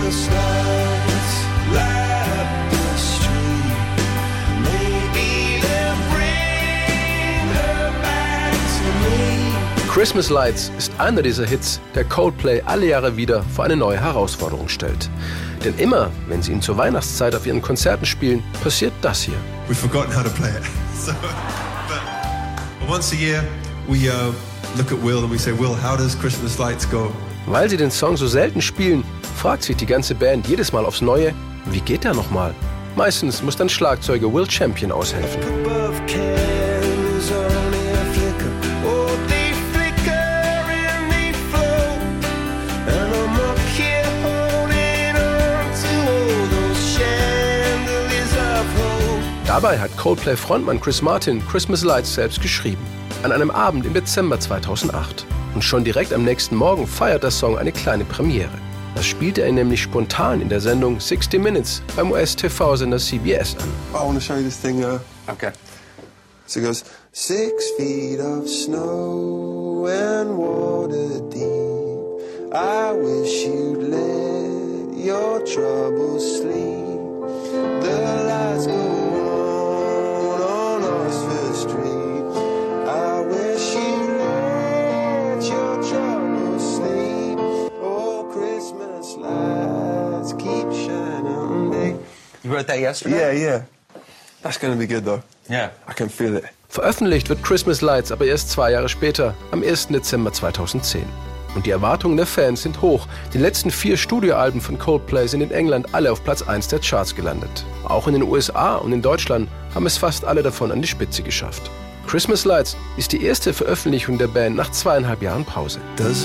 Christmas Lights ist einer dieser Hits, der Coldplay alle Jahre wieder vor eine neue Herausforderung stellt. Denn immer, wenn sie ihn zur Weihnachtszeit auf ihren Konzerten spielen, passiert das hier. We've forgotten how to play it. But once a year we look at Will and we say, Will, how does Christmas Lights go? Weil sie den Song so selten spielen, fragt sich die ganze Band jedes Mal aufs Neue, wie geht der nochmal? Meistens muss dann Schlagzeuger Will Champion aushelfen. Dabei hat Coldplay-Frontmann Chris Martin Christmas Lights selbst geschrieben. An einem Abend im Dezember 2008. Und schon direkt am nächsten Morgen feiert der Song eine kleine Premiere. Das spielte er nämlich spontan in der Sendung 60 Minutes beim US-TV-Sender CBS an. I want to show you this thing. Okay. So it goes 6 feet of snow and water deep. I wish you'd let your troubles sleep. The lights go on Oxford Street. I wish you'd let your troubles sleep. Oh, Christmas lights keep shining big. You wrote that yesterday? Yeah. That's gonna be good though. Yeah. I can feel it. Veröffentlicht wird Christmas Lights aber erst 2 Jahre später, am 1. Dezember 2010. Und die Erwartungen der Fans sind hoch. Die letzten 4 Studioalben von Coldplay sind in England alle auf Platz 1 der Charts gelandet. Auch in den USA und in Deutschland haben es fast alle davon an die Spitze geschafft. Christmas Lights ist die erste Veröffentlichung der Band nach 2,5 Jahren Pause.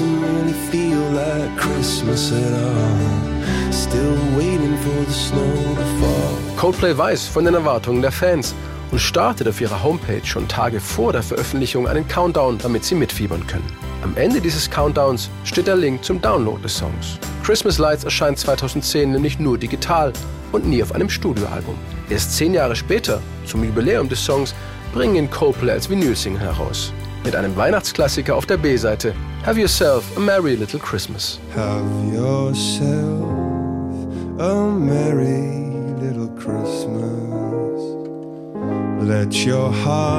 Coldplay weiß von den Erwartungen der Fans und startet auf ihrer Homepage schon Tage vor der Veröffentlichung einen Countdown, damit sie mitfiebern können. Am Ende dieses Countdowns steht der Link zum Download des Songs. Christmas Lights erscheint 2010 nämlich nur digital und nie auf einem Studioalbum. Erst 10 Jahre später, zum Jubiläum des Songs, bringen ihn Coldplay als Vinyl-Single heraus. Mit einem Weihnachtsklassiker auf der B-Seite, Have Yourself a Merry Little Christmas. Have yourself a merry little Christmas. Let your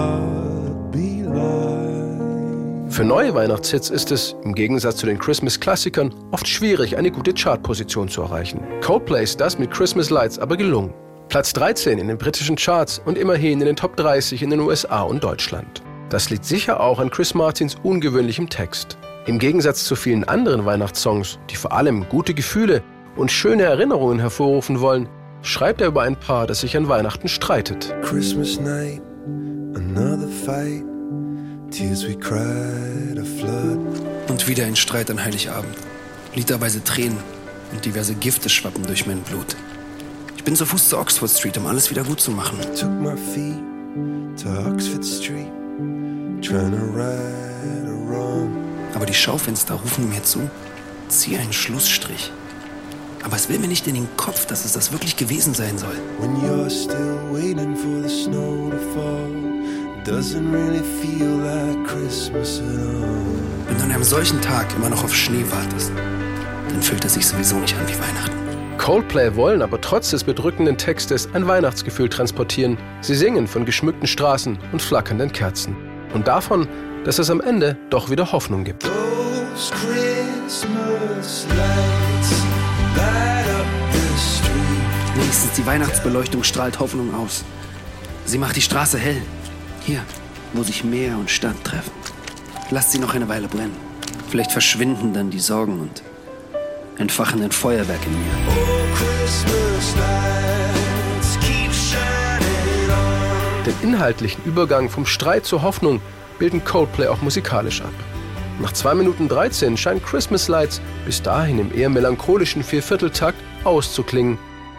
heart be light. Für neue Weihnachtshits ist es, im Gegensatz zu den Christmas-Klassikern, oft schwierig, eine gute Chartposition zu erreichen. Coldplay ist das mit Christmas Lights aber gelungen. Platz 13 in den britischen Charts und immerhin in den Top 30 in den USA und Deutschland. Das liegt sicher auch an Chris Martins ungewöhnlichem Text. Im Gegensatz zu vielen anderen Weihnachtssongs, die vor allem gute Gefühle und schöne Erinnerungen hervorrufen wollen, schreibt er über ein Paar, das sich an Weihnachten streitet. Christmas night, another fight. Tears we cried, a flood. Und wieder ein Streit an Heiligabend. Literweise Tränen und diverse Gifte schwappen durch mein Blut. Ich bin zu Fuß zur Oxford Street, um alles wieder gut zu machen. Took my feet to Oxford Street, trying to right a wrong. Aber die Schaufenster rufen mir zu, zieh einen Schlussstrich. Aber es will mir nicht in den Kopf, dass es das wirklich gewesen sein soll. When you're still waiting for the snow to fall. Doesn't really feel like Christmas at all. Wenn du an einem solchen Tag immer noch auf Schnee wartest, dann fühlt es sich sowieso nicht an wie Weihnachten. Coldplay wollen aber trotz des bedrückenden Textes ein Weihnachtsgefühl transportieren. Sie singen von geschmückten Straßen und flackernden Kerzen. Und davon, dass es am Ende doch wieder Hoffnung gibt. Those Christmas lights light up the street. Wenigstens die Weihnachtsbeleuchtung strahlt Hoffnung aus. Sie macht die Straße hell. Hier, wo sich Meer und Stadt treffen. Lasst sie noch eine Weile brennen. Vielleicht verschwinden dann die Sorgen und entfachen ein Feuerwerk in mir. Oh, Christmas lights keep shining on. Den inhaltlichen Übergang vom Streit zur Hoffnung bilden Coldplay auch musikalisch ab. Nach 2 Minuten 13 scheint Christmas Lights bis dahin im eher melancholischen 4/4-Takt auszuklingen,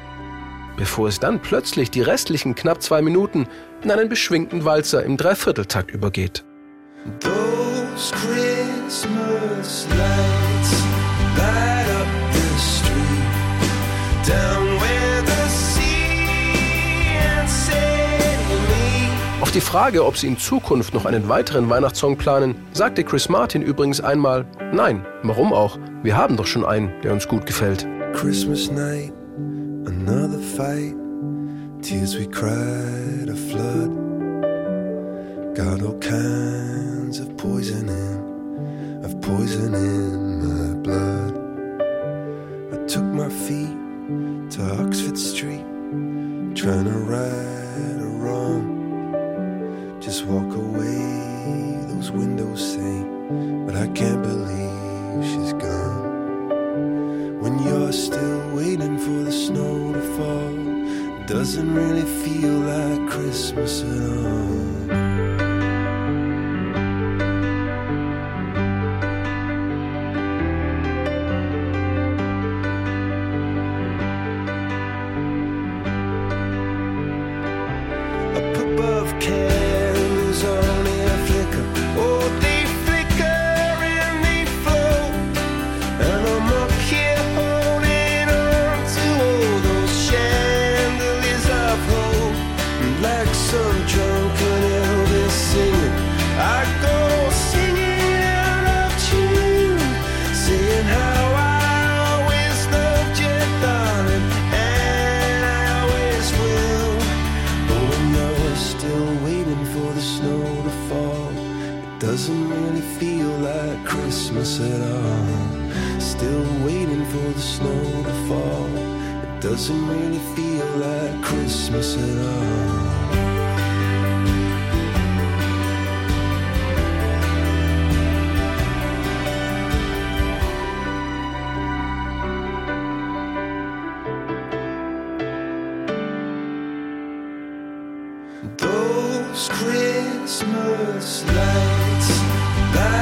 bevor es dann plötzlich die restlichen knapp 2 Minuten in einen beschwingten Walzer im 3/4-Takt übergeht. Those Christmas lights light up the street, down where the sea and setting me. Auf die Frage, ob sie in Zukunft noch einen weiteren Weihnachtssong planen, sagte Chris Martin übrigens einmal, nein, warum auch? Wir haben doch schon einen, der uns gut gefällt. Christmas night, another fight, tears we cried a flood. Got all kinds of poison in my blood. I took my feet to Oxford Street, trying to right a wrong. Just walk away, those windows say, but I can't believe she's gone. When you're still waiting for the snow to fall, it doesn't really feel like Christmas at all. Doesn't really feel like Christmas at all. Still waiting for the snow to fall. It doesn't really feel like Christmas at all. Those Christmas lights.